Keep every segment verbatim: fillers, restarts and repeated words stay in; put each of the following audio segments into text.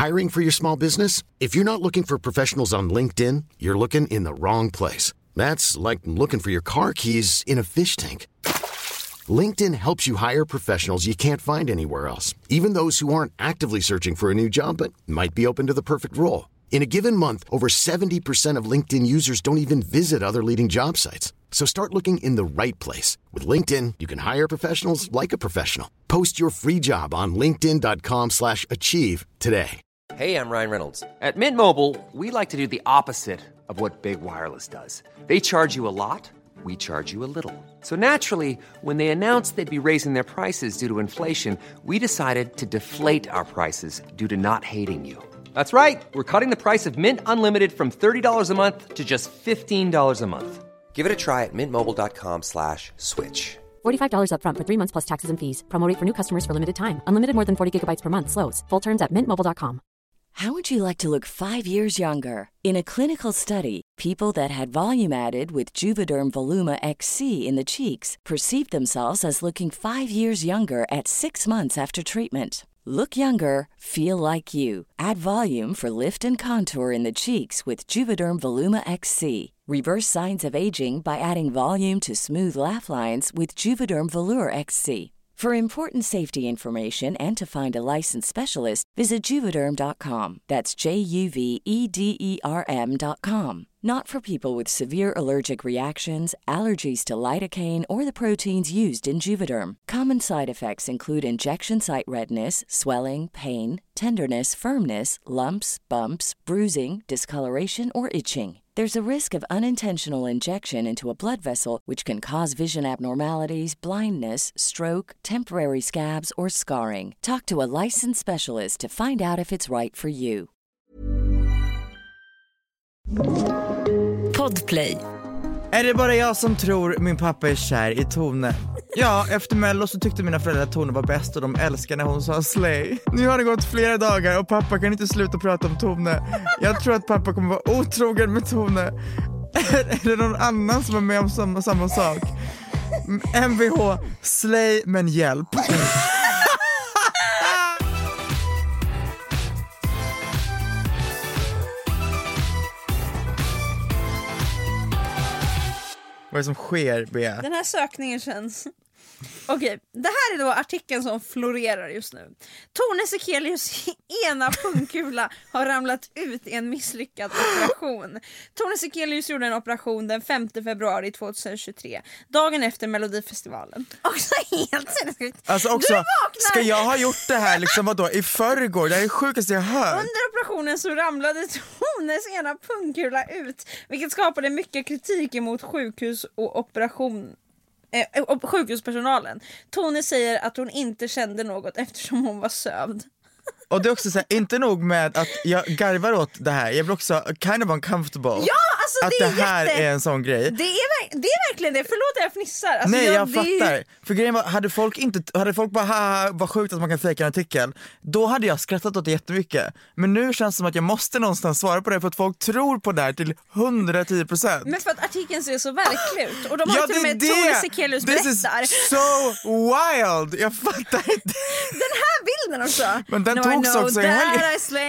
Hiring for your small business? If you're not looking for professionals on LinkedIn, you're looking in the wrong place. That's like looking for your car keys in a fish tank. LinkedIn helps you hire professionals you can't find anywhere else, even those who aren't actively searching for a new job but might be open to the perfect role. In a given month, over seventy percent of LinkedIn users don't even visit other leading job sites. So start looking in the right place. With LinkedIn, you can hire professionals like a professional. Post your free job on linkedin dot com slash achieve today. Hey, I'm Ryan Reynolds. At Mint Mobile, we like to do the opposite of what Big Wireless does. They charge you a lot, we charge you a little. So naturally, when they announced they'd be raising their prices due to inflation, we decided to deflate our prices due to not hating you. That's right. We're cutting the price of Mint Unlimited from thirty dollars a month to just fifteen dollars a month. Give it a try at mintmobile.com slash switch. forty-five dollars up front for three months plus taxes and fees. Promo rate for new customers for limited time. Unlimited more than forty gigabytes per month slows. Full terms at mint mobile dot com. How would you like to look five years younger? In a clinical study, people that had volume added with Juvederm Voluma X C in the cheeks perceived themselves as looking five years younger at six months after treatment. Look younger, feel like you. Add volume for lift and contour in the cheeks with Juvederm Voluma X C. Reverse signs of aging by adding volume to smooth laugh lines with Juvederm Volure X C. For important safety information and to find a licensed specialist, visit Juvederm dot com. That's J U V E D E R M dot com. Not for people with severe allergic reactions, allergies to lidocaine, or the proteins used in Juvederm. Common side effects include injection site redness, swelling, pain, tenderness, firmness, lumps, bumps, bruising, discoloration, or itching. There's a risk of unintentional injection into a blood vessel, which can cause vision abnormalities, blindness, stroke, temporary scabs, or scarring. Talk to a licensed specialist to find out if it's right for you. Podplay. Är det bara jag som tror min pappa är kär i Tone? Ja, efter Mello så tyckte mina föräldrar att Tone var bäst och de älskar när hon sa slay. Nu har det gått flera dagar och pappa kan inte sluta prata om Tone. Jag tror att pappa kommer vara otrogen med Tone. Är det någon annan som är med om samma, samma sak? M V H, slay men hjälp. Vad är det som sker, Bea? Den här sökningen känns... Okej, det här är då artikeln som florerar just nu. Tone Sekelius ena pungkula har ramlat ut i en misslyckad operation. Tone Sekelius gjorde en operation den femte februari tjugohundratjugotre, dagen efter Melodifestivalen. Också helt sinnessjukt. Alltså också, ska jag ha gjort det här liksom vadå, i förrgår? Det är det sjukaste jag hört. Under operationen så ramlade Tones ena pungkula ut, vilket skapade mycket kritik emot sjukhus och operation eh, sjukhuspersonalen. Tone säger att hon inte kände något eftersom hon var sövd. Och det är också så här, inte nog med att jag garvar åt det här, jag blir också kind of uncomfortable. Ja, alltså att det, det här jätte... är en sån grej. Det är, det är verkligen det, förlåt jag fnissar. Alltså, Nej jag, jag jag det... fattar. För grejen var, hade folk inte, hade folk bara haha, vad sjukt att man kan fejka en artikel, då hade jag skrattat åt det jättemycket. Men nu känns det som att jag måste någonstans svara på det, för att folk tror på det här till hundratio procent. Men för att artikeln ser så verklig ut. Och de har ja, till och med det. Tone Sekelius berättar. This is so wild. Jag fattar inte. Den här bilden också. Men den no, togs också i helgen.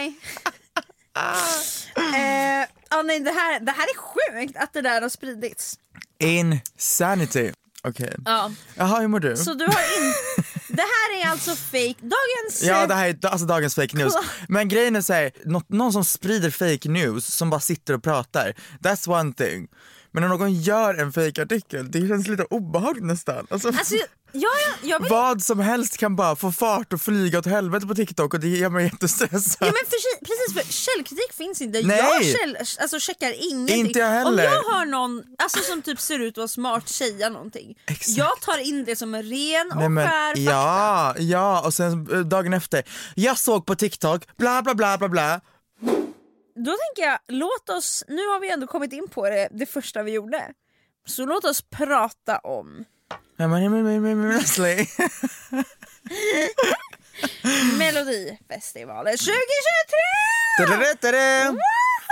eh, oh, nej, det, här, det här är sjukt att det där har spridits. Insanity. Okej. Okay. Ja. Jaha, hur mår du? Så du har in... Det här är alltså fake. Dagens... Ja, det här är alltså dagens fake news. Men grejen är så här, något, någon som sprider fake news som bara sitter och pratar. That's one thing. Men när någon gör en fake artikel, det känns lite obehagligt nästan. Alltså, alltså ja, ja, jag vill... vad som helst kan bara få fart och flyga åt helvete på TikTok, och det gör mig jättestressad. Ja, men för, precis, för källkritik finns inte. Nej. Jag käll, alltså, checkar ingenting. Inte jag heller. Om jag hör någon alltså, som typ ser ut att vara smart säga någonting, exakt. Jag tar in det som en ren och Nej, men, skär ja, ja, och sen dagen efter, jag såg på TikTok, bla bla bla bla bla. Då tänker jag, låt oss, nu har vi ändå kommit in på det, det första vi gjorde. Så låt oss prata om Melodifestivalen tjugohundratjugotre!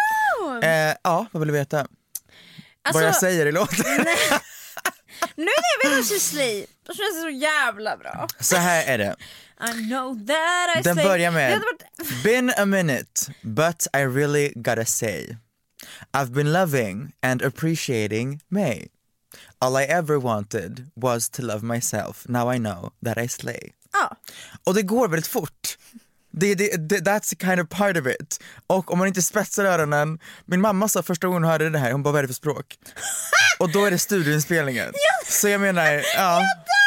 Wow! Eh, ja, vad vill du veta? Alltså, vad jag säger i låten? Nu är jag vet att she's slay. Då känns det så jävla bra. Så här är det. I know that I Den slay. börjar med varit... Been a minute, but I really gotta say I've been loving and appreciating May. All I ever wanted was to love myself. Now I know that I slay. Ja. Och det går väldigt fort. Det, det, det, that's kind of part of it. Och om man inte spetsar öronen. Min mamma sa första gången hon hörde det här, hon bara, vad är det för språk? Och då är det studioinspelningen. Så jag menar, ja.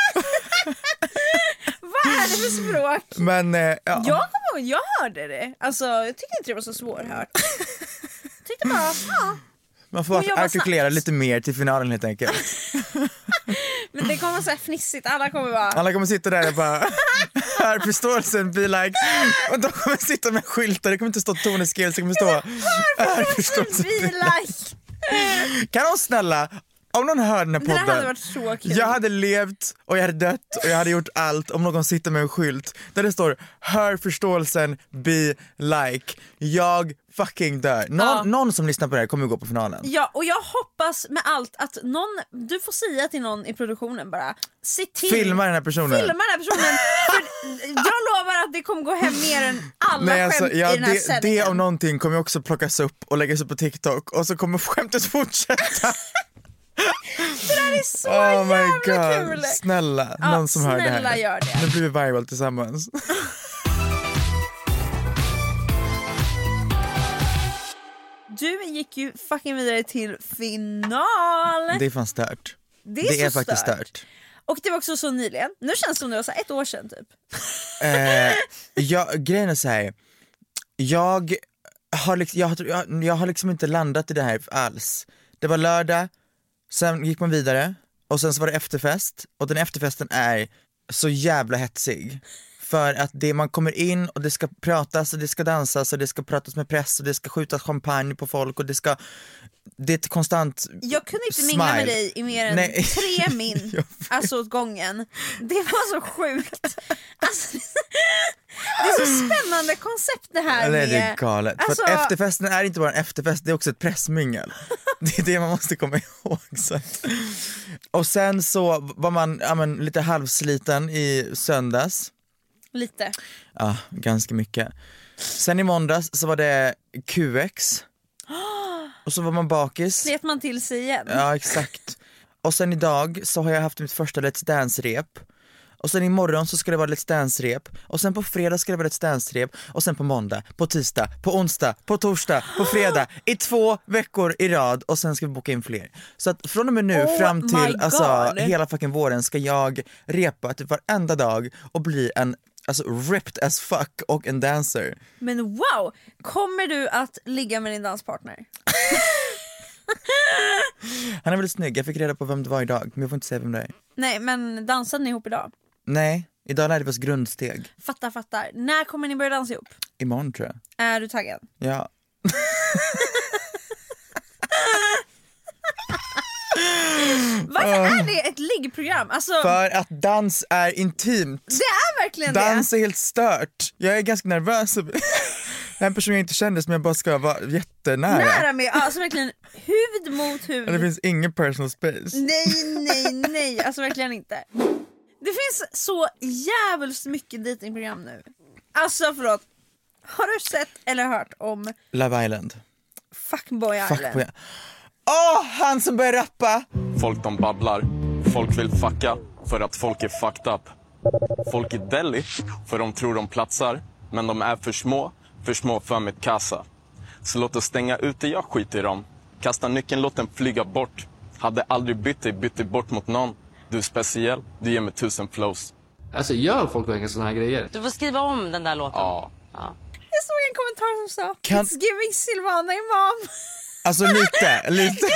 Vad är det för språk? Men, eh, ja. Jag kommer ihåg, jag hörde det. Alltså, jag tyckte inte det var så svårhört. Jag tyckte bara, ja. Man får artikulera lite mer till finalen helt enkelt. Men det kommer vara så här fnissigt, alla kommer vara... Alla kommer sitta där och bara hör förståelsen, be like. Och de kommer sitta med skyltar, det kommer inte stå toneskrill, det kommer stå hör förståelsen, be like. Kan de snälla, om någon hör den här podden, det hade varit så kul. Jag hade levt och jag hade dött och jag hade gjort allt om någon sitter med en skylt där det står hör förståelsen, be like. Jag fucking dör. Någon, ja. någon som lyssnar på det här kommer gå på finalen. Ja, och jag hoppas med allt att någon, du får säga till någon i produktionen bara, se till. Filma den här personen. Filma den här personen. För jag lovar att det kommer gå hem mer än alla Nej, alltså, skämt ja, i den här det, sändningen. det om någonting kommer också plockas upp och läggas upp på TikTok och så kommer skämtet fortsätta. Det där är så Oh my jävla God. kul. Snälla, Ja, någon som hör det snälla här. gör det. Nu blir vi viral tillsammans. Du gick ju fucking vidare till final. Det är fan stört. Det är, Det är så faktiskt stört. stört. Och det var också så nyligen. Nu känns det som det var så här ett år sedan typ. Eh, jag, grejen är så här. Jag har, liksom, jag, har, jag, jag har liksom inte landat i det här alls. Det var lördag, sen gick man vidare och sen så var det efterfest. Och den efterfesten är så jävla hetsig. För att det, man kommer in och det ska pratas och det ska dansas och det ska pratas med press och det ska skjutas champagne på folk och det ska, det är ett konstant Jag kunde inte smile. mingla med dig i mer än Nej. tre min, alltså åt gången. Det var så sjukt. Alltså, det är så spännande koncept det här. Nej, med, det är galet. alltså, För att efterfesten är inte bara en efterfest, det är också ett pressmingel. Det är det man måste komma ihåg. Så. Och sen så var man ja, men, lite halvsliten i söndags. Lite. Ja, ganska mycket. Sen i måndags så var det Q X. Och så var man bakis. Slet man till sig igen. Ja, exakt. Och sen idag så har jag haft mitt första Let's Dance-rep. Och sen imorgon så ska det vara Let's Dance-rep. Och sen på fredag ska det vara Let's Dance-rep. Och sen på måndag, på tisdag, på onsdag, på torsdag, på fredag. I två veckor i rad. Och sen ska vi boka in fler. Så att från och med nu Oh fram my till alltså, God. hela fucking våren ska jag repa typ varenda dag. Och bli en alltså, ripped as fuck och en dancer. Men wow, kommer du att ligga med din danspartner? Han är väldigt snygg, jag fick reda på vem det var idag. Men jag får inte säga vem det är. Nej, men dansade ni ihop idag? Nej, idag lärde vi oss grundsteg. Fattar, fattar. När kommer ni börja dansa ihop? Imorgon tror jag. Är du taggad? Ja. Varför är det ett liggprogram? Alltså, För att dans är intimt. det är verkligen Dans det. är helt stört. Jag är ganska nervös. En person jag inte kände som jag bara ska vara jättenära. Nära med, alltså verkligen huvud mot huvud. Det finns ingen personal space. Nej, nej, nej, alltså verkligen inte. Det finns så jävligt mycket datingprogram nu. Alltså förlåt, har du sett eller hört om Love Island. Fuckboy Fuck Island? på jag. Åh, han som börjar rappa. Folk de babblar, folk vill fucka för att folk är fucked up. Folk är Delhi för de tror de platsar, men de är för små, för små för mitt kassa. Så låt oss stänga ute, jag skiter i dem. Kasta nyckeln, låt den flyga bort. Hade aldrig bytt dig, bytt dig bort mot någon. Du är speciell, du ger mig tusen flows. Alltså gör folk verkligen såna här grejer? Du får skriva om den där låten. Ja. Ja. Jag såg en kommentar som sa Kan- It's giving Silvana Imam. Alltså lite, lite.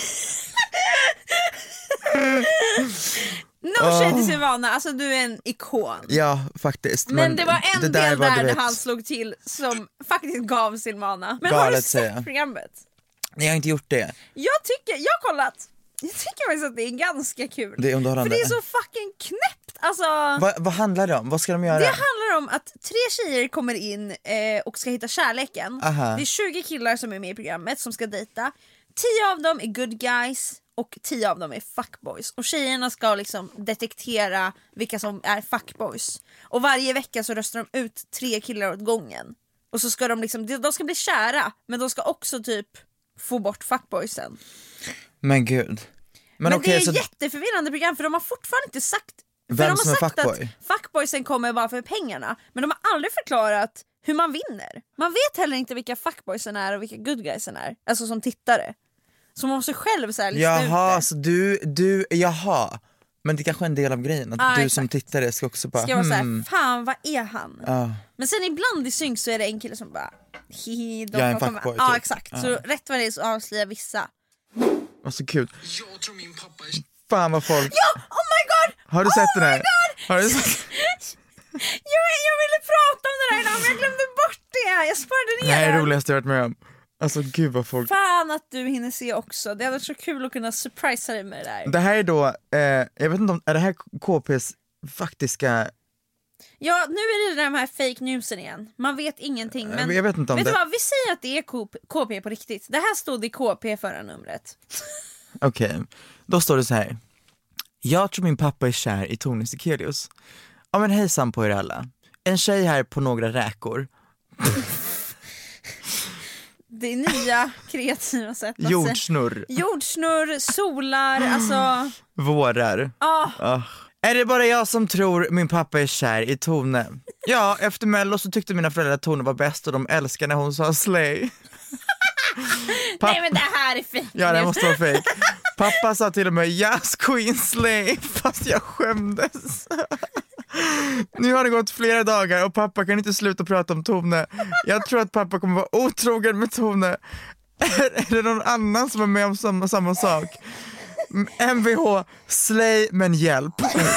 No shade till Silvana, alltså du är en ikon. Ja, faktiskt. Men, det var en det del var, du där vet, när han slog till som faktiskt gav Silvana. Men har Galet, du säger sett jag. programmet? Nej, jag har inte gjort det. Jag tycker, jag har kollat. Jag tycker faktiskt att det är ganska kul. Det är underhållande. För det är så fucking knäppt. Alltså, Va, vad handlar det om? Vad ska de göra? det handlar om att tre tjejer kommer in eh, och ska hitta kärleken. Aha. Det är tjugo killar som är med i programmet som ska dejta. tio av dem är good guys och tio av dem är fuckboys. Och tjejerna ska liksom detektera vilka som är fuckboys. Och varje vecka så röstar de ut tre killar åt gången. Och så ska de liksom, de ska bli kära, men de ska också typ få bort fuckboysen. Men gud. Men, men okay, det är så... ett jätteförvirrande program, för de har fortfarande inte sagt vem för de har som är sagt fuckboy? Att fuckboysen kommer bara för pengarna. Men de har aldrig förklarat hur man vinner. Man vet heller inte vilka fuckboysen är och vilka good guysen är. Alltså som tittare. Så man måste själv så här lista ut det. Jaha, så du, du, jaha. Men det är kanske är en del av grejen. Att ah, du exakt. som tittare ska också bara ska vara hmm. såhär, fan vad är han? Ah. Men sen ibland i synk så är det en kille som bara hihi, de jag är en kommer... fuckboy. Ja typ. exakt, ah. så rätt vad det är så avslöjar vissa. Vad så kul. Jag tror min pappa är... Fan vad folk. Ja, oh my god! Har du oh sett den här? God! Har du sett? jag, jag ville prata om det där idag men jag glömde bort det. Jag sparade ner det här är den. det roligaste jag varit med om. Alltså gud vad folk. Fan att du hinner se också. Det hade varit så kul att kunna surprisa dig med det där. Det här är då, eh, jag vet inte om, är det här K P:s faktiska... Ja, nu är det de här fake newsen igen. Man vet ingenting. Men jag vet inte om vet det... du vad, vi säger att det är K P på riktigt. Det här stod i K P förra numret. Okej, okay. Då står det så här. Jag tror min pappa är kär i Tone Sekelius. Ja men hejsan på er alla. En tjej här på några räkor. Det är nya kreativa sätt. Jordsnurr. Jordsnurr, solar, alltså... Vårar. Ah. Ah. Är det bara jag som tror min pappa är kär i Tone? Ja, efter Mello så tyckte mina föräldrar att Tone var bäst och de älskar när hon sa slay. Papp... Nej men det här är fint. Ja, det måste vara fake. Pappa sa till och med yes queen slay, fast jag skämdes. Nu har det gått flera dagar och pappa kan inte sluta prata om Tone. Jag tror att pappa kommer vara otrogen med Tone. Är det någon annan som är med om samma, samma sak? M V H, slay men hjälp.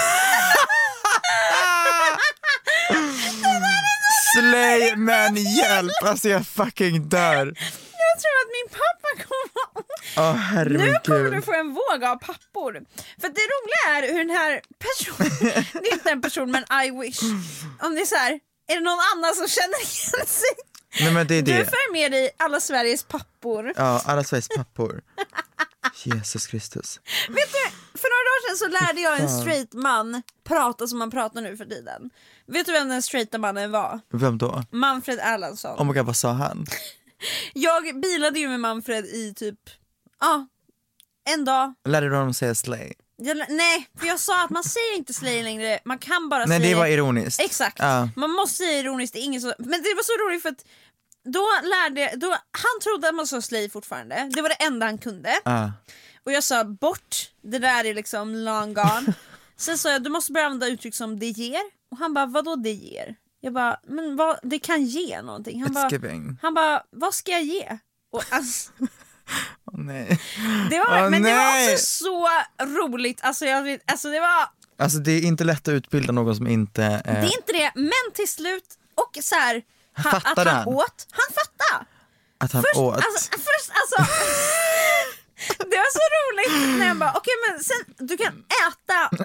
Slay men hjälp. Alltså jag fucking dör. Jag tror att min pappa kommer... Oh, herregud. Nu kommer du få en våg av pappor. För det roliga är hur den här personen... Det är inte en person men I wish. Om det är så här, är det någon annan som känner igen sig? Nej, men det är det. Du för med dig alla Sveriges pappor. Ja, alla Sveriges pappor. Jesus Kristus. Vet du, för några dagar sedan så lärde jag en straight man prata som man pratar nu för tiden. Vet du vem den straighta mannen var? Vem då? Manfred Erlandsson. Oh my God, vad sa han? Jag bilade ju med Manfred i typ, ja, ah, en dag. Lärde du honom säga slay? Jag, nej, för jag sa att man säger inte slay längre. Man kan bara nej, säga... det var ironiskt. Exakt, ja. Man måste säga ironiskt, det är ingen så... Men det var så roligt för att då lärde då, han trodde att man sa slay fortfarande. Det var det enda han kunde. ja. Och jag sa bort, det där är liksom long gone. Sen sa jag, du måste börja använda uttryck som det ger. Och han bara, vadå det ger? Jag bara, men vad, det kan ge någonting. Han bara, han bara, vad ska jag ge? Och alltså, oh, nej. Det var, oh, men nej. det var också så roligt. Alltså, jag vet, alltså det var... Alltså det är inte lätt att utbilda någon som inte... Eh... Det är inte det, men till slut, och så här, han, att han, han åt, han fattade. Att han först, åt? Alltså, först, alltså... Det var så roligt när jag bara, okej okay, men sen, du kan äta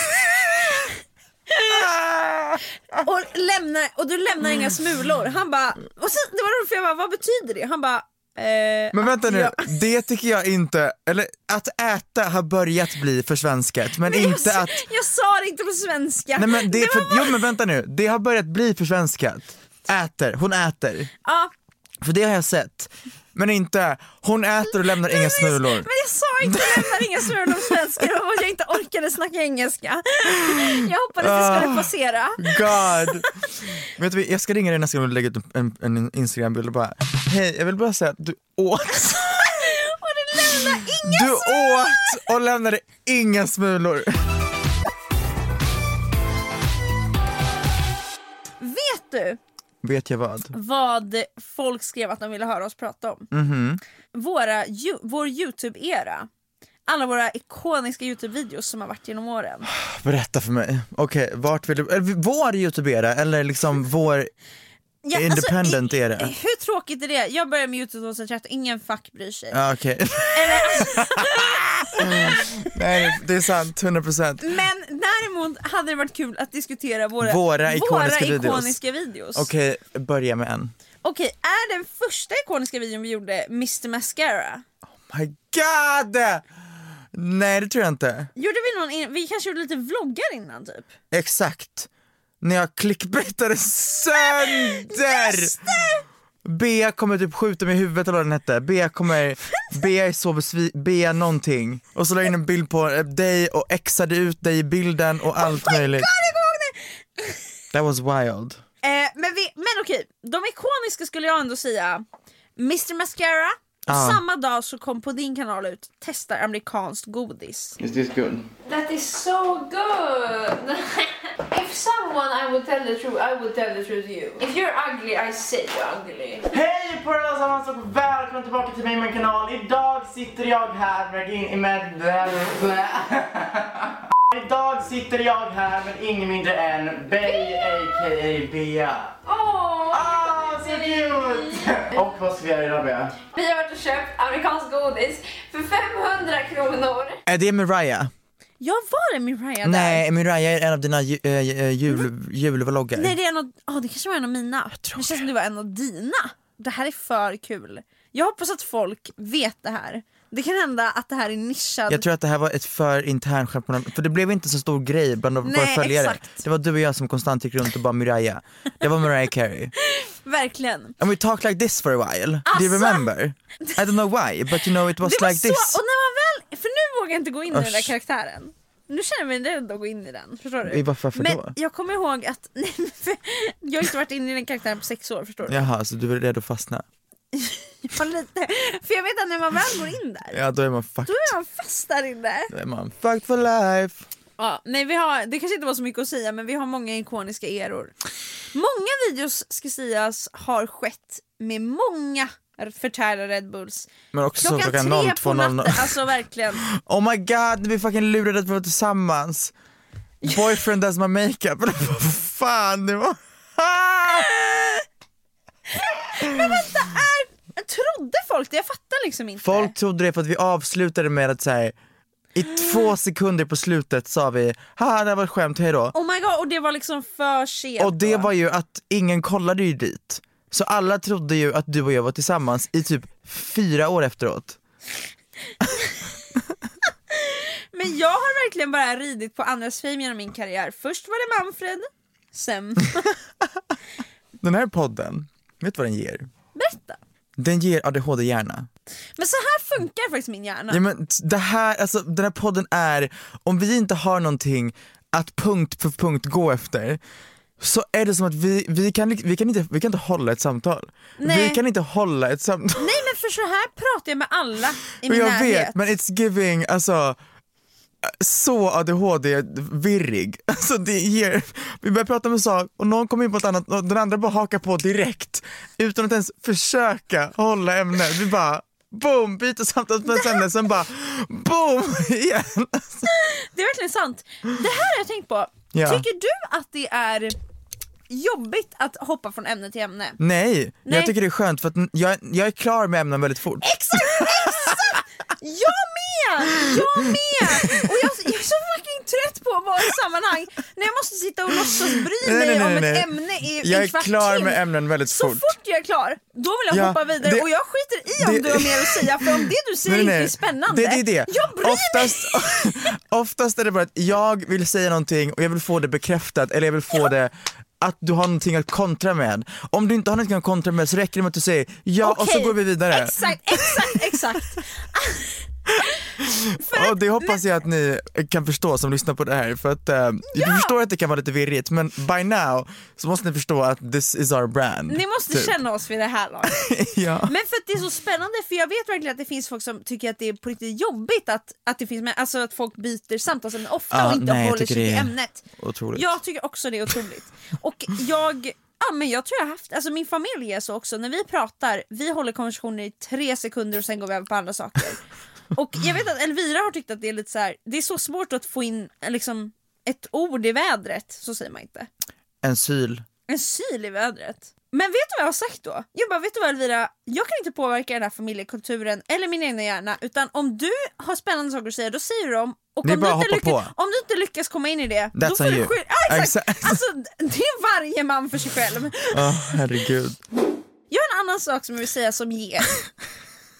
och, lämna, och du lämnar inga smulor. Han bara, och sen, det var roligt för jag bara, vad betyder det? Han bara, eh, men vänta nu, jag... det tycker jag inte, eller att äta har börjat bli för svenskat, men, men inte jag, att... Jag sa det inte på svenska. Nej, men det, det för, bara... Jo men vänta nu, det har börjat bli för svenskat. Äter, hon äter. Ja. För det har jag sett. Men inte, hon äter och lämnar inga smulor. Men jag sa inte lämnar inga smulor på svenska och jag inte orkade snacka engelska. Jag hoppades det skulle passera. God. Vet du, jag ska ringa dig nästa gång och lägga ut en, en Instagram-bild och bara, hej, jag vill bara säga att du åt. Och du lämnar inga Du smulor. åt och lämnade inga smulor. Vet du? Vet jag vad? Vad folk skrev att de ville höra oss prata om. Mm-hmm. Våra, ju, vår YouTube-era. Alla våra ikoniska YouTube-videos som har varit genom åren. Berätta för mig. Okej, okay, vart vill du... Vår YouTube-era eller liksom vår ja, independent alltså, era? Hur tråkigt är det? Jag började med YouTube tjugohundratretton, ingen fuck bryr sig. Ja, okej. Okay. Nej, det är sant, hundra procent. Men däremot hade det varit kul att diskutera våra, våra ikoniska våra videos. Ikoniska videos. Okej, okay, börja med en. Okej, okay, är den första ikoniska videon vi gjorde mister Mascara? Oh my god! Nej, det tror jag inte. Gjorde vi någon in- vi kanske gjorde lite vloggar innan typ. Exakt. När jag klickbitade sönder. Just det! Bea kommer typ skjuta mig i huvudet eller vad den hette. Bea kommer, Bea är så besviken, Bea någonting. Och så la jag in en bild på dig och exade ut dig i bilden och allt oh möjligt. God, jag kommer ihåg det. That was wild. Eh, men, vi, men okej, de ikoniska skulle jag ändå säga mister Mascara. Och Ah. samma dag så kom på din kanal ut testar amerikanskt godis. Is this good? That is so good. If someone I would tell the truth, I would tell the truth to you. If you're ugly, I say you're ugly. Hej på er allesammans och välkommen tillbaka till min kanal. Idag sitter jag här med in med Idag sitter jag här med ingen mindre än Bey a k a. Bea. Åh, Ah, så cute! Och vad ska vi göra idag, Bea? vi har varit och köpt amerikansk godis för femhundra kronor. Är det Mariah? Ja, var det Mariah där? Nej, Mariah är en av dina ju, äh, jul, julvloggar. Nej, det är en av, oh, det kanske var en av mina. Det känns som det var en av dina. Det här är för kul. Jag hoppas att folk vet det här. Det kan hända att det här är nischad. Jag tror att det här var ett för internskämt, för det blev inte så stor grej bland våra Nej, följare. exakt. Det var du och jag som konstant gick runt och bara Mariah. Det var Mariah Carey. Verkligen. And we talked like this for a while. Alltså, Do you remember? I don't know why, but you know it was det var like så, this. och när man väl, för nu vågar jag inte gå in i den där Usch. karaktären. Nu känner jag mig rädd att gå in i den, förstår du? I varför för Men då? jag kommer ihåg att nej, för jag har inte varit inne i den karaktären på sex år, förstår du? Jaha, så du är rädd att fastna? Ja, lite. För jag vet att när man väl går in där, Ja, då är man fucked. då är man fast där inne. Då är man fucked for life. Ja, nej, vi har, det kanske inte var så mycket att säga, men vi har många ikoniska eror. Många videos, ska sägas, har skett med många förtärda Red Bulls. Men också Klockan, klockan tre noll på två noll noll. natten, alltså verkligen. Oh my god, vi fucking lurade att vi var tillsammans. Boyfriend does my makeup. Vad fan, det var... Men vänta, är, trodde folk det? Jag fattar liksom inte. Folk trodde det för att vi avslutade med att säga i två sekunder på slutet sa vi haha, det var ett skämt, hej då. Oh my god, och det var liksom för sent. Och det då. var ju att ingen kollade ju dit. Så alla trodde ju att du och jag var tillsammans i typ fyra år efteråt. Men jag har verkligen bara ridit på andras fame genom min karriär. Först var det Manfred, sen... Den här podden, vet du vad den ger? Berätta. Den ger A D H D-hjärna. Men så här funkar faktiskt min hjärna. Ja, men det här, alltså, den här podden är, om vi inte har någonting att punkt för punkt gå efter, så är det som att vi, vi, kan, vi, kan, inte, vi kan inte hålla ett samtal. Nej. Vi kan inte hålla ett samtal. Nej, men för så här pratar jag med alla i Och min jag närhet. vet, men it's giving, alltså så A D H D-virrig. Alltså det ger, vi börjar prata om en sak och någon kommer in på ett annat och den andra bara hakar på direkt utan att ens försöka hålla ämnet. Vi bara boom, byter samtalsämne, sen bara boom igen. Alltså. Det är verkligen sant. Det här har jag tänkt på. Ja. Tycker du att det är jobbigt att hoppa från ämne till ämne? Nej, Nej. jag tycker det är skönt för att jag, jag är klar med ämnen väldigt fort. Exakt, exakt! Jag med! Jag med! Och jag, jag är så fucking trött på att vara i sammanhang när jag måste sitta och låtsas bry Nej, mig nej, nej, om ett nej. ämne i Jag en är kvart klar till. med ämnen väldigt Så fort. fort jag är klar, då vill jag Ja, hoppa vidare det- och jag skiter i om det- du har mer att säga, för om det du säger Nej, inte nej. är spännande, Det, det är det. jag bryr oftast, mig! oftast är det bara att jag vill säga någonting och jag vill få det bekräftat, eller jag vill få det att du har någonting att kontra med. Om du inte har någonting att kontra med så räcker det med att du säger ja. Okej, och så går vi vidare. Exakt, exakt, exakt. För Och det hoppas jag att ni kan förstå som lyssnar på det här, för att uh, jag förstår att det kan vara lite virrigt, men by now så måste ni förstå att this is our brand. Ni måste typ. känna oss vid det här laget. Ja. Men för att det är så spännande, för jag vet verkligen att det finns folk som tycker att det är på riktigt jobbigt att, att det finns med, alltså att folk byter samtalsämne ofta Ja, och inte nej, jag håller sig tycker till det är ämnet. Otroligt. Jag tycker också det är otroligt. Och jag, ja men jag tror jag har haft, alltså min familj är så också, när vi pratar, vi håller konversationer i tre sekunder och sen går vi över på andra saker. Och jag vet att Elvira har tyckt att det är lite så här, det är så svårt att få in liksom ett ord i vädret, så säger man inte. En syl. En syl i vädret. Men vet du vad jag har sagt då? Jag bara, vet du vad Elvira, jag kan inte påverka den här familjekulturen eller min egna hjärna, utan om du har spännande saker att säga, då säger du dem. Och Det är om bara du, inte hoppa lyckas, på. om du inte lyckas komma in i det, That's då får on du you. skylla. Ja, exakt. Exakt. Alltså, det är varje man för sig själv. Oh, herregud. Jag har en annan sak som jag vill säga som ger.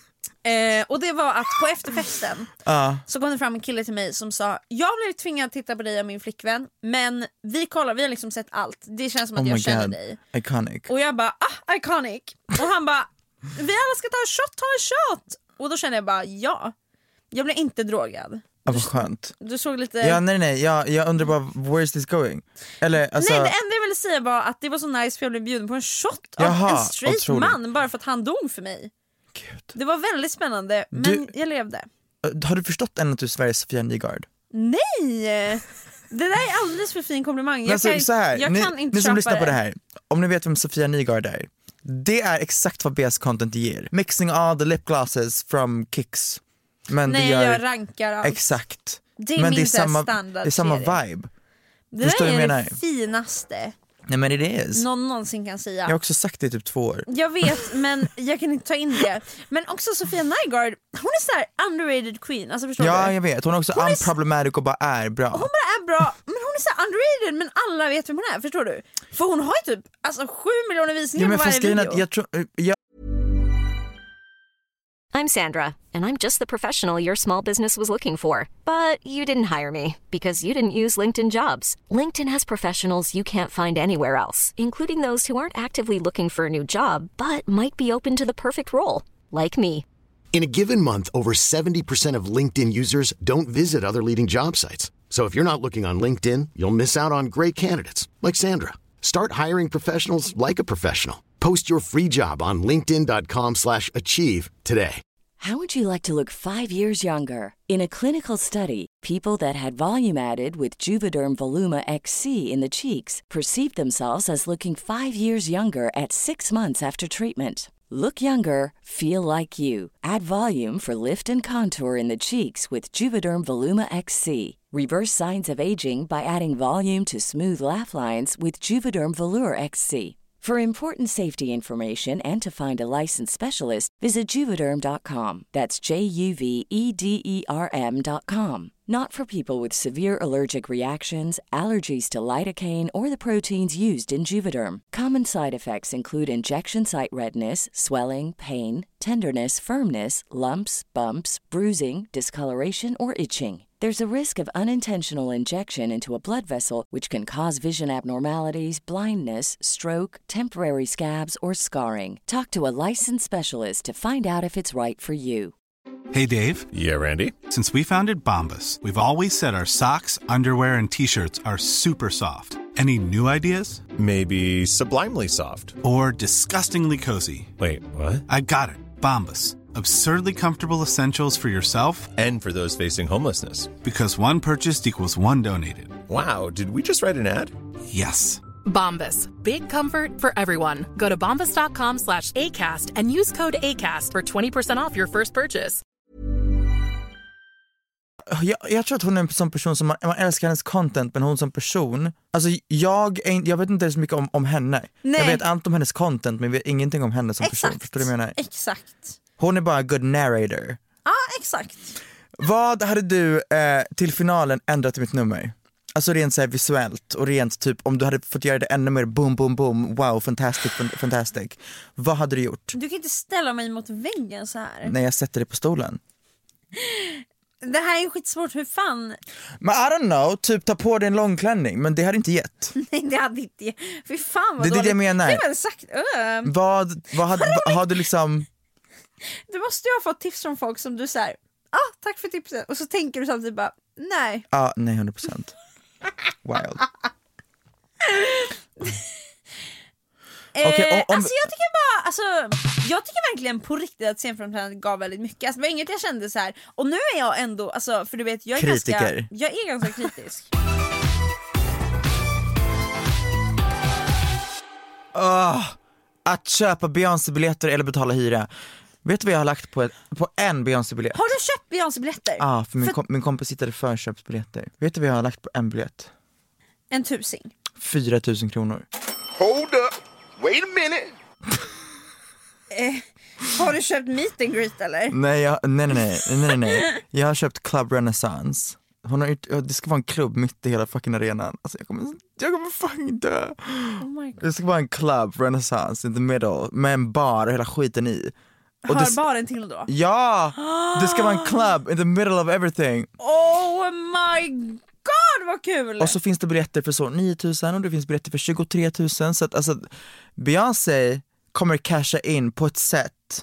Eh, och det var att på efterfesten uh. så kom det fram en kille till mig som sa: jag blev tvingad att titta på dig och min flickvän, men vi kollar, vi har liksom sett allt. Det känns som att oh jag känner God. dig. Iconic. Och jag bara, ah, iconic. Och han bara, vi alla ska ta en shot, ta en shot. Och då kände jag bara, ja. Jag blev inte drogad. Ja, vad skönt. Du såg lite... Ja, nej, nej, jag, jag undrar bara, where is this going? Eller, alltså... Nej, det enda jag ville säga var att det var så nice för jag blev bjuden på en shot Jaha, av en straight otroligt. man bara för att han dog för mig. Gud. Det var väldigt spännande, men Du- jag levde. Har du förstått än att du är Sveriges Sofia Nygard? Nej! Det där är alldeles för fin komplimang. Jag, Alltså, kan, så här, jag ni, kan inte ni som köpa lyssnar på det här, om ni vet vem Sofia Nygard är, det är exakt vad B S content ger. Mixing all the lip glosses from Kicks. Men Nej, det gör... jag rankar allt. Exakt. Det är Men min det är så här samma, standard det är samma serie. vibe. Det Förstår där du vad jag är menar? det finaste Nej, men det är någon någonsin kan säga. Jag har också sagt det i typ två år. Jag vet, men jag kan inte ta in det. Men också Sofia Nygard, hon är så här underrated queen, alltså förstår Ja, du? jag vet. Hon är också Hon är- unproblematic och bara är bra. Hon bara är bra, men hon är så här underrated, men alla vet vem hon är, förstår du? För hon har ju typ alltså, sju miljoner visningar Ja, men på varje fast grejen är video. att jag tror... Jag, I'm Sandra, and I'm just the professional your small business was looking for. But you didn't hire me because you didn't use LinkedIn Jobs. LinkedIn has professionals you can't find anywhere else, including those who aren't actively looking for a new job, but might be open to the perfect role, like me. In a given month, over seventy percent of LinkedIn users don't visit other leading job sites. So if you're not looking on LinkedIn, you'll miss out on great candidates like Sandra. Start hiring professionals like a professional. Post your free job on linkedin dot com slash achieve today. How would you like to look five years younger? In a clinical study, people that had volume added with Juvederm Voluma X C in the cheeks perceived themselves as looking five years younger at six months after treatment. Look younger, feel like you. Add volume for lift and contour in the cheeks with Juvederm Voluma X C. Reverse signs of aging by adding volume to smooth laugh lines with Juvederm Volure X C. For important safety information and to find a licensed specialist, visit Juvederm dot com. That's J U V E D E R M dot com. Not for people with severe allergic reactions, allergies to lidocaine, or the proteins used in Juvederm. Common side effects include injection site redness, swelling, pain, tenderness, firmness, lumps, bumps, bruising, discoloration, or itching. There's a risk of unintentional injection into a blood vessel, which can cause vision abnormalities, blindness, stroke, temporary scabs, or scarring. Talk to a licensed specialist to find out if it's right for you. Hey, Dave. Yeah, Randy. Since we founded Bombas, we've always said our socks, underwear, and T-shirts are super soft. Any new ideas? Maybe sublimely soft. Or disgustingly cozy. Wait, what? I got it. Bombas. Absurdly comfortable essentials for yourself and for those facing homelessness. Because one purchased equals one donated. Wow, did we just write an ad? Yes. Bombas. Big comfort for everyone. Go to bombas dot com slash ACAST and use code ACAST for twenty percent off your first purchase. jag, jag tror att hon är en sån person som man, man älskar hennes content, men hon som person, alltså jag, är, jag vet inte så mycket om, om henne. Nej. Jag vet allt om hennes content, men jag vet ingenting om henne som Exakt. person. Förstår du vad jag menar? Exakt. Hon är bara a good narrator. Ja, exakt. Vad hade du eh, till finalen ändrat i mitt nummer? Alltså rent så här visuellt och rent typ om du hade fått göra det ännu mer boom boom boom, wow, fantastic, fantastic. Vad hade du gjort? Du kan inte ställa mig mot väggen så här. När jag sätter dig på stolen. Det här är ju skitsvårt, hur fan? Men I don't know, typ ta på dig en långklänning, men det hade inte gett. Nej, det hade inte. Fy fan vad Det är det dåligt. jag menar. Det var sagt. Uh. Vad, vad hade, vad, har du liksom... Du måste ju ha fått tips från folk som du säger, ah, tack för tipset. Och så tänker du samtidigt bara, nej. Ja, ah, nej, hundra procent. Wild. Okay, om, om... Alltså jag tycker bara, alltså, jag tycker verkligen på riktigt att scenframträdandet gav väldigt mycket. Alltså, det var inget jag kände så här. Och nu är jag ändå, alltså, för du vet, jag är kritiker. ganska, jag är ganska kritisk. Oh, att köpa Beyoncé-biljetter eller betala hyra. Vet du vad jag har lagt på, ett, på en Beyoncé-biljett? Har du köpt Beyoncé-biljetter? Ja, ah, för min, för... kom, min kompis hittade förköpsbiljetter. Vet du vad jag har lagt på en biljett? En tusing. Fyra tusen kronor. Hold up, wait a minute. eh, har du köpt meet and greet eller? Nej, jag, nej, nej, nej, nej, nej. Jag har köpt Club Renaissance. Hon har, det ska vara en klubb mitt i hela fucking arenan. Alltså jag kommer, jag kommer fucking dö. Oh my God. Det ska vara en club Renaissance in the middle med en bar och hela skiten i. Och hör det, baren till då? Ja, det ska vara en club in the middle of everything. Oh my god, vad kul! Och så finns det biljetter för så nio tusen och det finns biljetter för tjugotre tusen. Så att alltså, Beyoncé kommer casha in på ett sätt.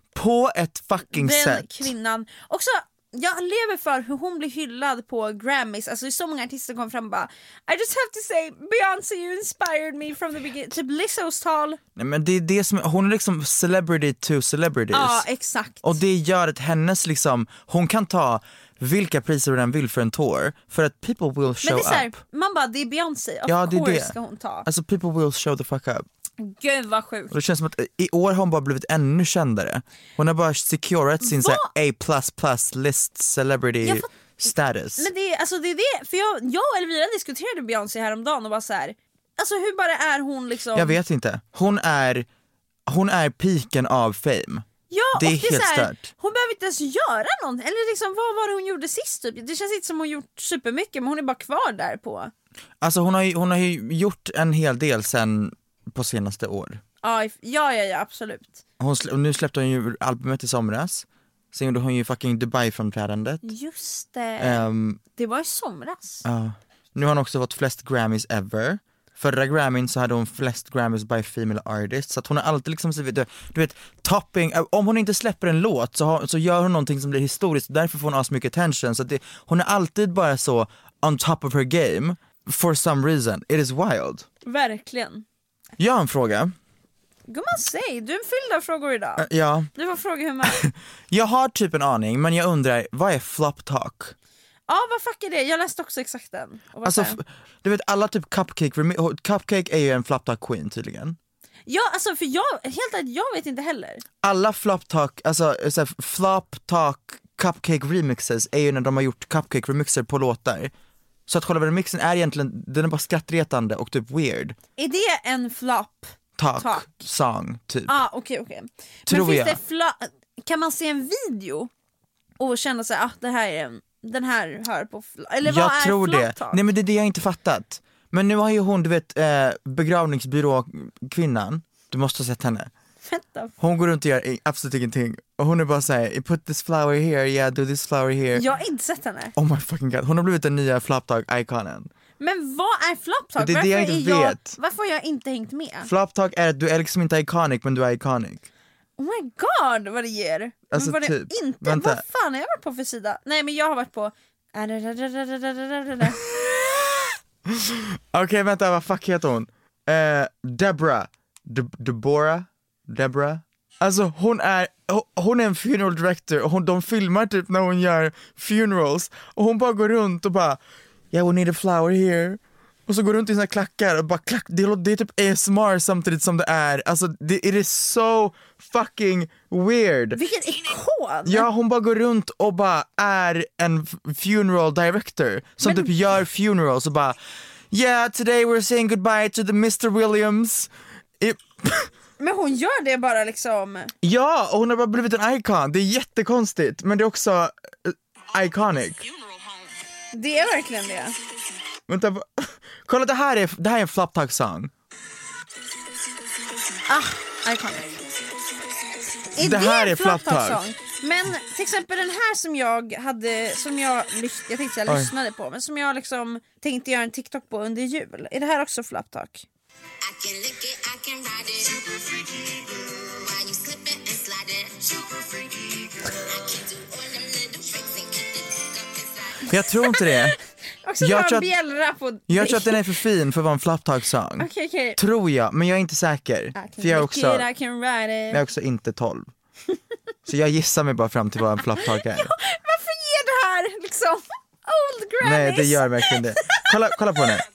På ett fucking Den sätt. kvinnan. Också, jag lever för hur hon blir hyllad på Grammys. Alltså det är så många artister kom fram och bara I just have to say, Beyoncé, you inspired me from the beginning. Typ Lizzo's tal. Nej, men det är det som, hon är liksom celebrity to celebrities. Ja, exakt. Och det gör att hennes liksom, hon kan ta vilka priser den vill för en tour. För att people will show Men det är så här, up. man bara, det är Beyoncé, of Ja, det är course det. ska hon ta. Alltså people will show the fuck up. Gud vad sjukt. Och det känns som att i år har hon bara blivit ännu kändare. Hon har bara securat sin så här A++ list celebrity Jag fatt- status. Men det är, alltså det är det, för jag, jag och Elvira diskuterade Beyoncé häromdagen och bara så här. Alltså hur bara är hon liksom. Jag vet inte. Hon är hon är piken av fame. Ja, det är och det är helt så här, stört. hon behöver inte ens göra något. Eller liksom, vad var det hon gjorde sist typ? Det känns inte som hon gjort supermycket, men hon är bara kvar där på. Alltså hon har ju, hon har ju gjort en hel del sen på senaste år. Ja, ja, ja, ja absolut. Hon slä, och nu släppte hon ju albumet i somras. Sen gjorde hon ju fucking Dubai-framträdandet. Just det. Um, det var i somras. uh, nu har hon också fått flest Grammys ever. Förra Grammyn så hade hon flest Grammys by female artists. Så att hon har alltid liksom, du, du vet, topping. Om hon inte släpper en låt så, har, så gör hon någonting som blir historiskt. Därför får hon as mycket attention. Så att det, hon är alltid bara så on top of her game. For some reason. It is wild. Verkligen. Jag har en fråga. Gumman, säg, du är fylld av frågor idag. Uh, ja. Du får fråga hur man. Jag har typ en aning, men jag undrar, vad är flop talk? Ja, vad fuck är det? Jag läste också exakt den. Och Alltså, f- du vet alla typ Cupcake, remi- Cupcake är ju en flop talk queen tydligen. Ja, alltså för jag, helt ärligt, jag vet inte heller. Alla flop talk, alltså så här, flop talk Cupcake remixes är ju när de har gjort Cupcake remixer på låtar. Så att själva remixen är egentligen, den är bara skrattretande och typ weird. Är det en flop Talk, talk? song, typ. Ah, okej, okay, okej. Okay. Tror Men finns jag. det fla- kan man se en video och känna sig, ah, det här är en, den här hör på fl- eller vad Jag är tror flop det. talk? Nej men det är det jag inte fattat. Men nu har ju hon, du vet, eh, begravningsbyrå-kvinnan. Du måste ha sett henne. Vänta. Hon går runt och gör absolut ingenting. Och hon är bara såhär, put this flower here, yeah, do this flower here. Jag har inte sett henne. Oh my fucking god, hon har blivit den nya flop talk-ikonen. Men vad är flop talk? Det är det jag varför, inte är jag, vet. varför har jag inte hängt med? Flop talk är att du är liksom inte iconic, men du är iconic. Oh my god vad det ger. Alltså, men vad typ. det inte, Vänta. vad fan har jag varit på för sida? Nej men jag har varit på. Okej okay, vänta, vad fuck heter hon? Uh, Deborah De- Deborah Deborah Alltså hon är hon är en funeral director och hon, de filmar typ när hon gör funerals och hon bara går runt och bara yeah we need a flower here och så går runt i sina klackar och bara klack, det, är, det är typ A S M R samtidigt som det är, alltså det är so fucking weird. Vilken ikon! Ja, hon bara går runt och bara är en funeral director som Men... typ gör funerals och bara yeah today we're saying goodbye to the mister Williams. It... Men hon gör det bara liksom. Ja, och hon har bara blivit en icon. Det är jättekonstigt, men det är också uh, iconic. Det är verkligen det. Vänta, kolla det här är, det här är en flop talk song. Ah, iconic. Är det här en är flop talk song? Men till exempel den här som jag hade, som jag, jag tänkte jag Oj. lyssnade på, men som jag liksom tänkte göra en TikTok på under jul. Är det här också flop talk? Jag tror inte det. Också Jag jag tror att- bjällra på. Jag tror att den är för fin för att vara en flop talk song. Okej, okej. Tror jag, men jag är inte säker. I can För jag är lick också, it, I can ride it. jag är också inte tolv. Så jag gissar mig bara fram till vad en flop talk är. Varför ger det här liksom old grannies? Nej, det gör verkligen det. Kolla, kolla på henne.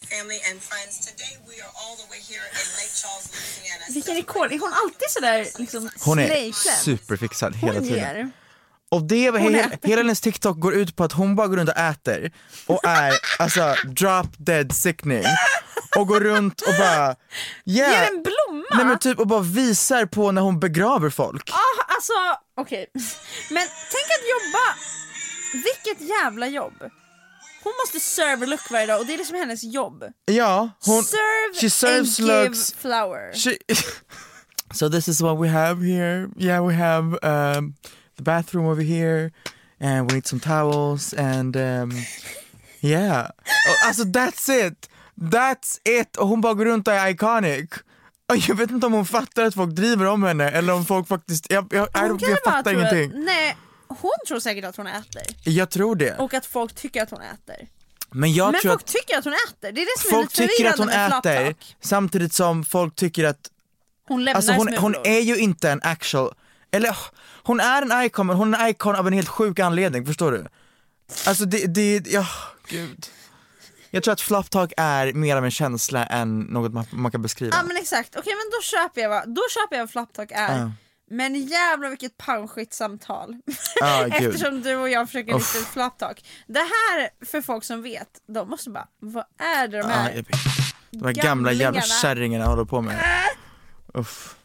Vilken ikon. Är hon alltid sådär liksom Hon är slejklädd? superfixad hela Hon tiden. ger. Och det var Hon he- äter. hela hennes TikTok går ut på att hon bara går runt och äter och är alltså drop dead sickening och går runt och bara yeah. Ger en blomma? Nej men typ och bara visar på när hon begraver folk. Ah, alltså okej. Men tänk att jobba. Vilket jävla jobb. Hon måste serve look varje dag och det är liksom hennes jobb. Ja, hon Serve she serves and give looks. flower. She, So this is what we have here. Yeah, we have um, the bathroom over here. And we need some towels and um, yeah. Alltså that's it. That's it. Och hon bara går runt och är iconic. Och jag vet inte om hon fattar att folk driver om henne eller om folk faktiskt, jag, jag, jag, jag fattar ingenting. Att, nej, hon tror säkert att hon äter. Jag tror det. Och att folk tycker att hon äter. Men, jag Men tror folk att tycker att hon äter. Det är det som folk är lite tycker att hon med äter samtidigt som folk tycker att hon lämnar alltså hon, smulor. hon är ju inte en actual, eller hon är en icon, men hon är en icon av en helt sjuk anledning, förstår du? Alltså det, det ja, gud. Jag tror att flop talk är mer av en känsla än något man, man kan beskriva. Ja men exakt, okej men då köper jag vad, då köper jag vad flop talk är. Ja. Men jävlar vilket panschigt samtal. Ah, Eftersom du och jag försöker Uff. lite flop talk. Det här, för folk som vet, de måste bara, vad är det de här Ah, jag vet. De här gamla jävla kärringarna håller på med. Uff.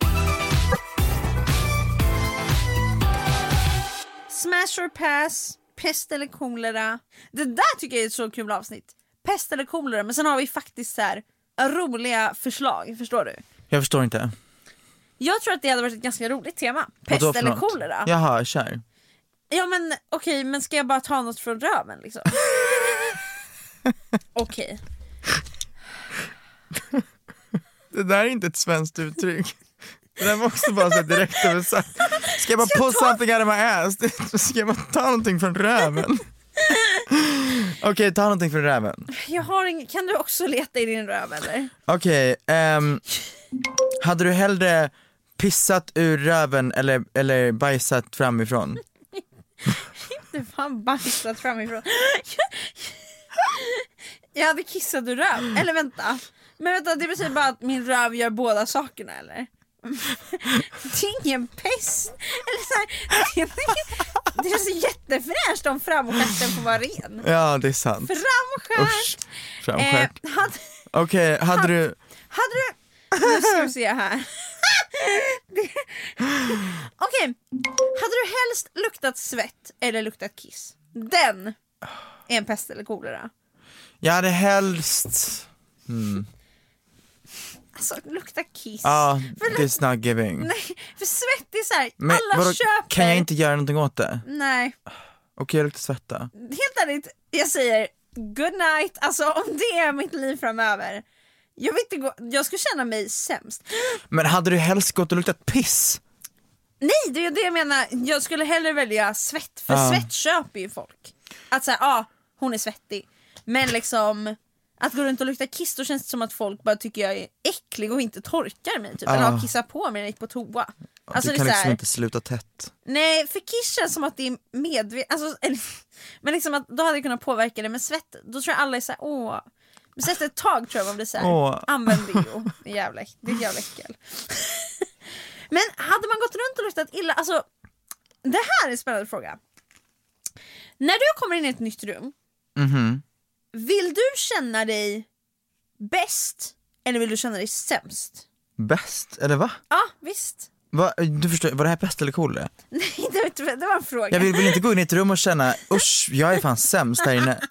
Smash or pass, pest eller kolera. Det där tycker jag är ett så kul avsnitt. Pest eller kolera, men sen har vi faktiskt så här roliga förslag, förstår du? Jag förstår inte. Jag tror att det hade varit ett ganska roligt tema. Pest Vadå för eller något? kolera. Jaha, kär. Ja men okej, okay, men ska jag bara ta något från röven liksom? Okej. Okay. Det där är inte ett svenskt uttryck. Det där var också bara så direkt översatt. Ska jag bara pull something out of my ass? Ska jag bara ta någonting från röven? Okej, okay, ta någonting från röven. Jag har ing- kan du också leta i din röv eller? Okej, okay, um, hade du hellre pissat ur röven eller, eller bajsat framifrån? Inte fan bajsat framifrån. Jag hade kissat ur röv. Eller vänta. Men vänta, det betyder bara att min röv gör båda sakerna eller? Det är ingen pest. Eller så här, det är så jättefräscht om framstjärten får vara ren. Ja, det är sant. Framstjärt. Framstjärt. Eh, hade, Okej, okay, hade hade, du... Hade du... Nu ska vi se här. Okej, okay. Hade du helst luktat svett eller luktat kiss? Den är en pest eller kolera. Jag hade helst... Hmm. Alltså, lukta kiss. Ja, för, it's not giving. Nej, för svett är så här, men, alla vadå, köper. kan jag inte göra någonting åt det? Nej. Okej, okay, jag luktar svetta. Helt ärligt, jag säger good night. Alltså om det är mitt liv framöver. Jag vet inte gå, jag skulle känna mig sämst. Men hade du helst gått och luktat piss? Nej, det är det jag menar. Jag skulle hellre välja svett. För ah. svett köper ju folk. Att säga, ja, ah, hon är svettig. Men liksom att gå runt och lukta kiss, då känns det som att folk bara tycker jag är äcklig och inte torkar mig typ. Ah. Eller har kissat på mig när jag gick på toa. Alltså, du kan det är liksom här, inte sluta tätt. Nej, för kiss känns som att det är medvetet, alltså, men liksom att då hade jag kunnat påverka det med svett. Då tror jag alla är såhär, åh. Men efter ett tag tror jag man blir såhär, åh. Använd deo. Det är jävla, det är jävla äckel. Men hade man gått runt och luktat illa, alltså det här är en spännande fråga. När du kommer in i ett nytt rum, mm-hmm. vill du känna dig bäst eller vill du känna dig sämst? Bäst, eller va? Ja, visst. Va, du förstår, var det här pest eller kolera? Nej, det, det var en fråga. Jag vill väl inte gå in i ett rum och känna, usch, jag är fan sämst här inne.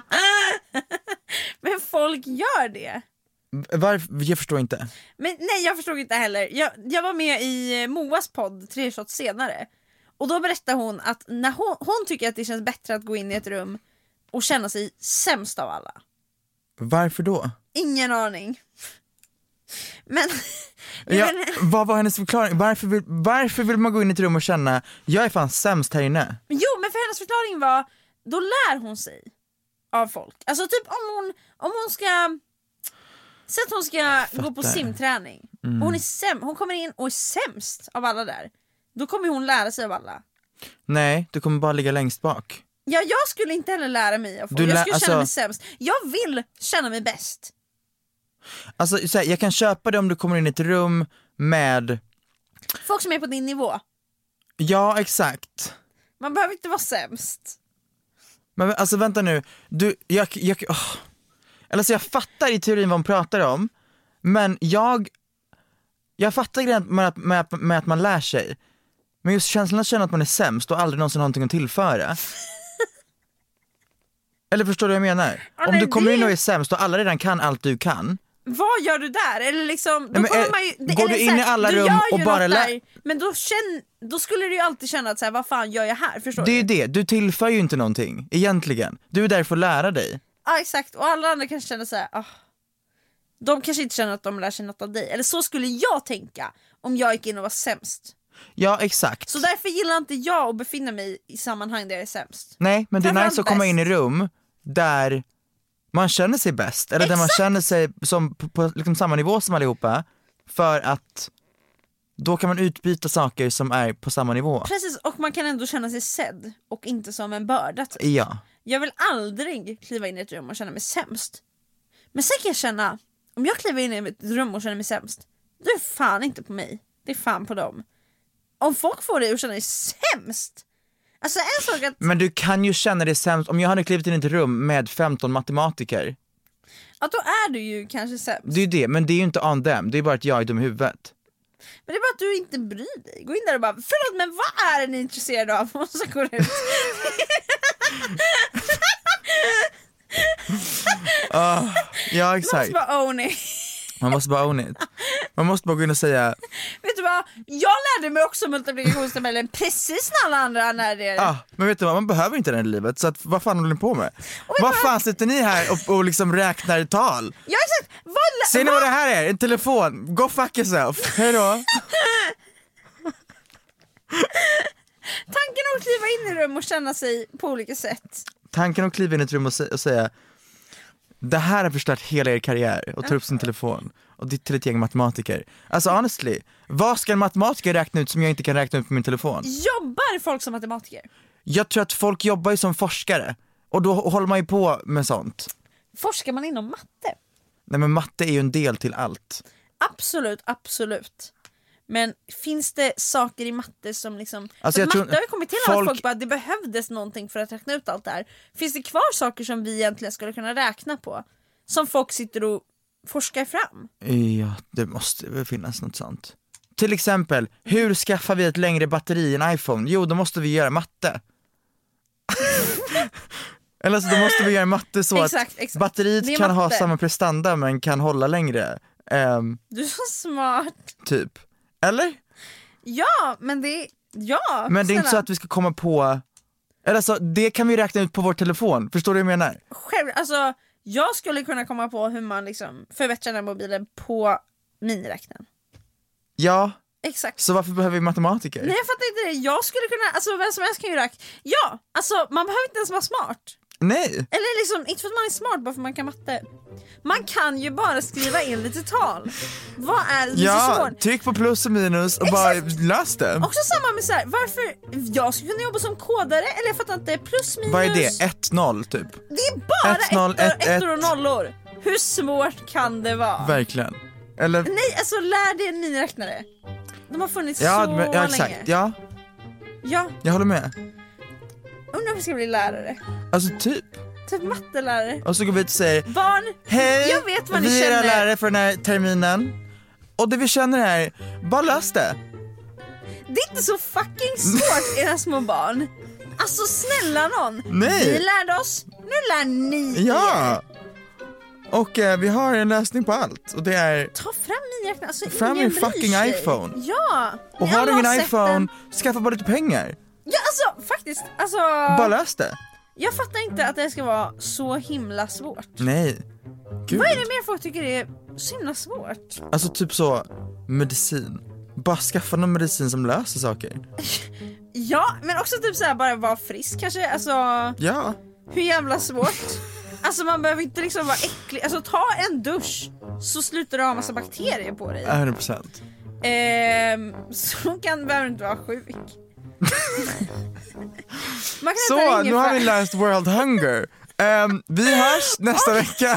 Men folk gör det. Varför? Jag förstår inte. Men nej, jag förstod inte heller. Jag, jag var med i Moas podd tre shots senare. Och då berättade hon att när hon, hon tycker att det känns bättre att gå in i ett rum och känna sig sämst av alla. Varför då? Ingen aning. Men ja, men... vad var hennes förklaring? Varför vill, varför vill man gå in i ett rum och känna, jag är fan sämst här inne? Jo, men för hennes förklaring var, då lär hon sig av folk. Alltså typ om hon, om hon ska, så att hon ska Fattar. gå på simträning. Mm. Och hon, är säm, hon kommer in och är sämst av alla där. Då kommer hon lära sig av alla. Nej, du kommer bara ligga längst bak. Ja, jag skulle inte heller lära mig av folk. Du lä- jag skulle känna alltså... mig sämst. Jag vill känna mig bäst. Alltså så här, jag kan köpa det om du kommer in i ett rum med folk som är på din nivå. Ja, exakt. Man behöver inte vara sämst. Men alltså vänta nu, du, jag, jag, oh. Alltså jag fattar i teorin vad hon pratar om. Men jag Jag fattar grejen med att, med, med att man lär sig. Men just känslan att känna att man är sämst och aldrig någonsin har någonting att tillföra. Eller förstår du vad jag menar? Ja, om du kommer det... in och är sämst och alla redan kan allt du kan, vad gör du där? Eller liksom, då Nej, men, kommer är, man ju, går du in i alla rum och bara lär... Men då, känn, då skulle du ju alltid känna att så här, vad fan gör jag här? Förstår Det är ju du? det, du tillför ju inte någonting egentligen. Du är där för att lära dig. Ja exakt, och alla andra kanske känner så här, ah, de kanske inte känner att de lär sig något av dig. Eller så skulle jag tänka om jag gick in och var sämst. Ja exakt. Så därför gillar inte jag att befinna mig i sammanhang där jag är sämst. Nej, men det är nice att komma bäst. in i rum där man känner sig bäst. Eller där man Exakt. känner sig som på, på liksom samma nivå som allihopa. För att då kan man utbyta saker som är på samma nivå. Precis, och man kan ändå känna sig sedd och inte som en börda typ. Ja. Jag vill aldrig kliva in i ett rum och känna mig sämst. Men sen kan jag känna, om jag kliver in i ett rum och känner mig sämst, det är fan inte på mig, det är fan på dem. Om folk får dig att känna dig sämst, alltså en sak att... Men du kan ju känna dig sämst. Om jag hade klivit in i ett rum med femton matematiker, att då är du ju kanske sämst. det är ju det, men det är ju inte on them. Det är bara att jag är dum i huvudet. Men det är bara att du inte bryr dig. Gå in där och bara, förlåt men vad är ni intresserade av? Och så går det ut. uh, Ja exakt. Man måste bara own it. Man måste bara own it. Man måste bara gå in och säga, Vet du vad? Jag lärde mig också multiplikationstabellen precis när alla andra lärde er. ah, men vet du vad, man behöver inte den i livet. Så att, vad fan håller ni på med? Vad fan sitter ni här och, och liksom räknar tal? Ja exakt. Vad, Ser ni vad? vad det här är? En telefon. Go fuck yourself. Hejdå. Tanken att kliva in i rum och känna sig på olika sätt. Tanken att kliva in i ett rum och, sä- och säga, det här har förstört hela er karriär, och ta upp sin telefon och det till ett gäng matematiker. Alltså honestly, vad ska en matematiker räkna ut som jag inte kan räkna ut på min telefon? Jobbar folk som matematiker? Jag tror att folk jobbar ju som forskare, och då håller man ju på med sånt. Forskar man inom matte? Nej men matte är ju en del till allt. Absolut, absolut. Men finns det saker i matte som liksom... Alltså, för jag matte tror- har ju kommit till folk- att folk bara, det behövdes någonting för att räkna ut allt det här. Finns det kvar saker som vi egentligen skulle kunna räkna på? Som folk sitter och forskar fram? Ja, det måste väl finnas något sånt. Till exempel, hur skaffar vi ett längre batteri i en iPhone? Jo, då måste vi göra matte. Eller alltså, då måste vi göra matte så Exakt, att exakt. Det batteriet är kan ha matte. samma prestanda men kan hålla längre. Ehm, Du är så smart. typ. Eller? Ja, men det är... Ja, Men det är inte så snälla. att vi ska komma på... Eller alltså, det kan vi räkna ut på vår telefon. Förstår du vad jag menar? Själv, alltså, jag skulle kunna komma på hur man liksom förbättrar den här mobilen på miniräknaren. Ja. Exakt. Så varför behöver vi matematiker? Nej, jag fattar inte det. Jag skulle kunna, alltså vem som helst kan ju räkna. Ja, alltså man behöver inte ens vara smart. Nej. Eller liksom, inte för att man är smart, bara för att man kan matte. Man kan ju bara skriva in lite tal. Vad är det Ja, så svårt? tryck på plus och minus och Exakt. bara lös det. Också samma med så här, varför jag skulle kunna jobba som kodare, eller jag fattar inte, plus minus. Vad är det? ett noll typ? Det är bara ett noll, ettor, ett, ettor och nollor. Hur svårt kan det vara? Verkligen. Eller... Nej, alltså lär dig en miniräknare. De har funnits Ja, så men, ja exakt, länge. ja. Ja, Jag håller med. undrar om vi ska bli lärare. Alltså typ. Typ mattelärare. Och så går vi ut och säger, Barn, hej, jag vet vad ni vi är era känner. lärare för den här terminen. Och det vi känner är, bara lös det. Det är inte så fucking svårt, era små barn. Alltså snälla någon. Nej. Vi lärde oss, nu lär ni Ja. er. Och eh, vi har en lösning på allt. Och det är, Ta fram miniräknaren, alltså fram ingen din bryr fucking sig. iPhone. Ja. och Ni har du alla ingen sett iPhone, den. skaffa bara lite pengar. Ja alltså faktiskt, alltså. Bara lös det. Jag fattar inte att det ska vara så himla svårt. Nej. Gud. Vad är det mer folk tycker är så himla svårt? Alltså typ så, medicin. Bara skaffa någon medicin som löser saker. Ja, men också typ såhär bara vara frisk kanske, alltså. Ja. Hur jävla svårt? Alltså man behöver inte liksom vara äcklig, alltså ta en dusch så slutar du ha massa bakterier på dig. hundra procent. Ehm, så kan, behöver du inte vara sjuk. Man kan Så, inte nu ringa har för- vi läst World Hunger. um, Vi hörs nästa vecka.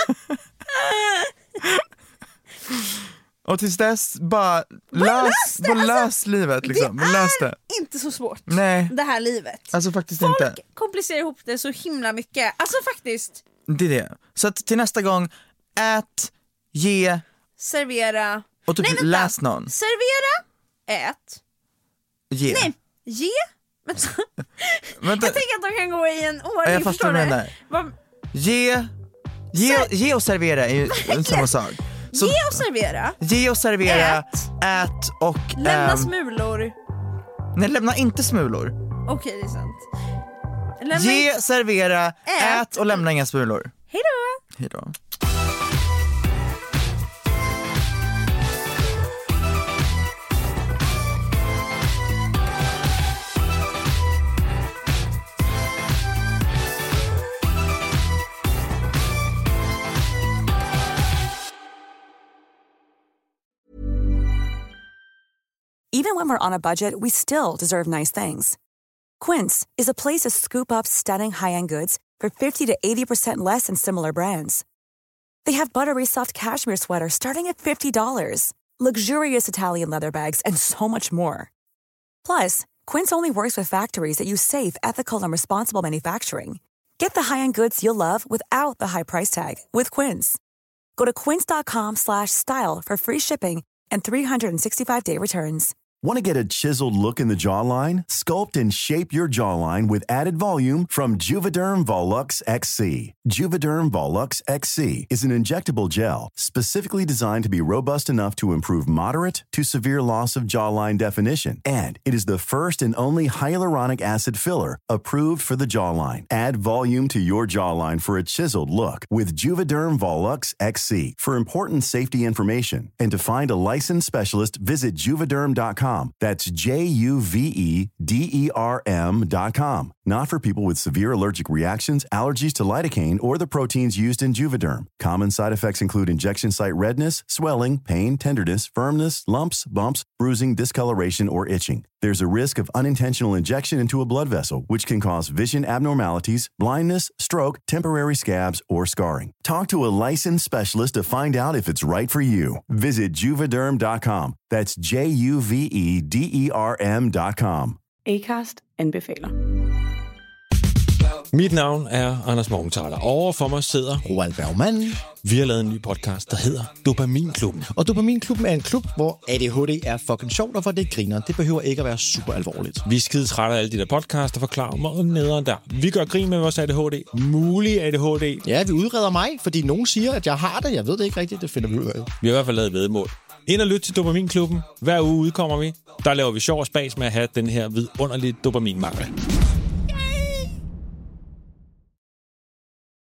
Och tills dess, bara lös, lös det, bara alltså, lös livet liksom. Det Bara lös är det. inte så svårt. Nej. Det här livet. Alltså faktiskt Folk inte. komplicerar ihop det så himla mycket. Alltså faktiskt. Det är det. Så att till nästa gång, ät, ge Servera. och typ Nej, vänta. läs någon. Servera. Ät. Ge. Nej, ge. Vänta. Vänta. Jag tänker att de kan gå i en ordning. Jag fattar förstår vad du du? menar. Vad- Ge, Ge, ge och servera är ju samma sak. Så, ge och servera. Ge och servera. Ät. Ät och... Lämna ähm, smulor. Nej, lämna inte smulor. Okej, det är sant. Lämna ge, inte... servera, ät. ät och lämna inga smulor. Hej då. Hej då. Even when we're on a budget, we still deserve nice things. Quince is a place to scoop up stunning high-end goods for fifty to eighty percent less than similar brands. They have buttery soft cashmere sweaters starting at fifty dollars, luxurious Italian leather bags, and so much more. Plus, Quince only works with factories that use safe, ethical, and responsible manufacturing. Get the high-end goods you'll love without the high price tag with Quince. Go to quince.com slash style for free shipping and three sixty-five day returns. Want to get a chiseled look in the jawline? Sculpt and shape your jawline with added volume from Juvederm Volux X C. Juvederm Volux X C is an injectable gel specifically designed to be robust enough to improve moderate to severe loss of jawline definition. And it is the first and only hyaluronic acid filler approved for the jawline. Add volume to your jawline for a chiseled look with Juvederm Volux X C. For important safety information and to find a licensed specialist, visit juvederm dot com. That's J U V E D E R M dot com. Not for people with severe allergic reactions, allergies to lidocaine, or the proteins used in Juvederm. Common side effects include injection site redness, swelling, pain, tenderness, firmness, lumps, bumps, bruising, discoloration, or itching. There's a risk of unintentional injection into a blood vessel, which can cause vision abnormalities, blindness, stroke, temporary scabs, or scarring. Talk to a licensed specialist to find out if it's right for you. Visit juvederm dot com. That's J U V E D E R M dot com. Acast anbefaler. Mit navn er Anders Morgenthaler. Overfor mig sidder Roald Bergmann. Vi har lavet en ny podcast, der hedder Dopaminklubben. Og Dopaminklubben er en klub, hvor A D H D er fucking sjovt, og hvor det griner. Det behøver ikke at være super alvorligt. Vi er skide trætte af alle de der podcaster, forklarer mig nederen der. Vi gør grin med vores A D H D. Mulig A D H D. Ja, vi udreder mig, fordi nogen siger, at jeg har det. Jeg ved det ikke rigtigt, det finder vi ud af. Vi har i hvert fald lavet væddemål. Ind og lyt til Dopaminklubben. Hver uge udkommer vi. Der laver vi sjov og spas med at have den her vidunderlige dopaminmangel.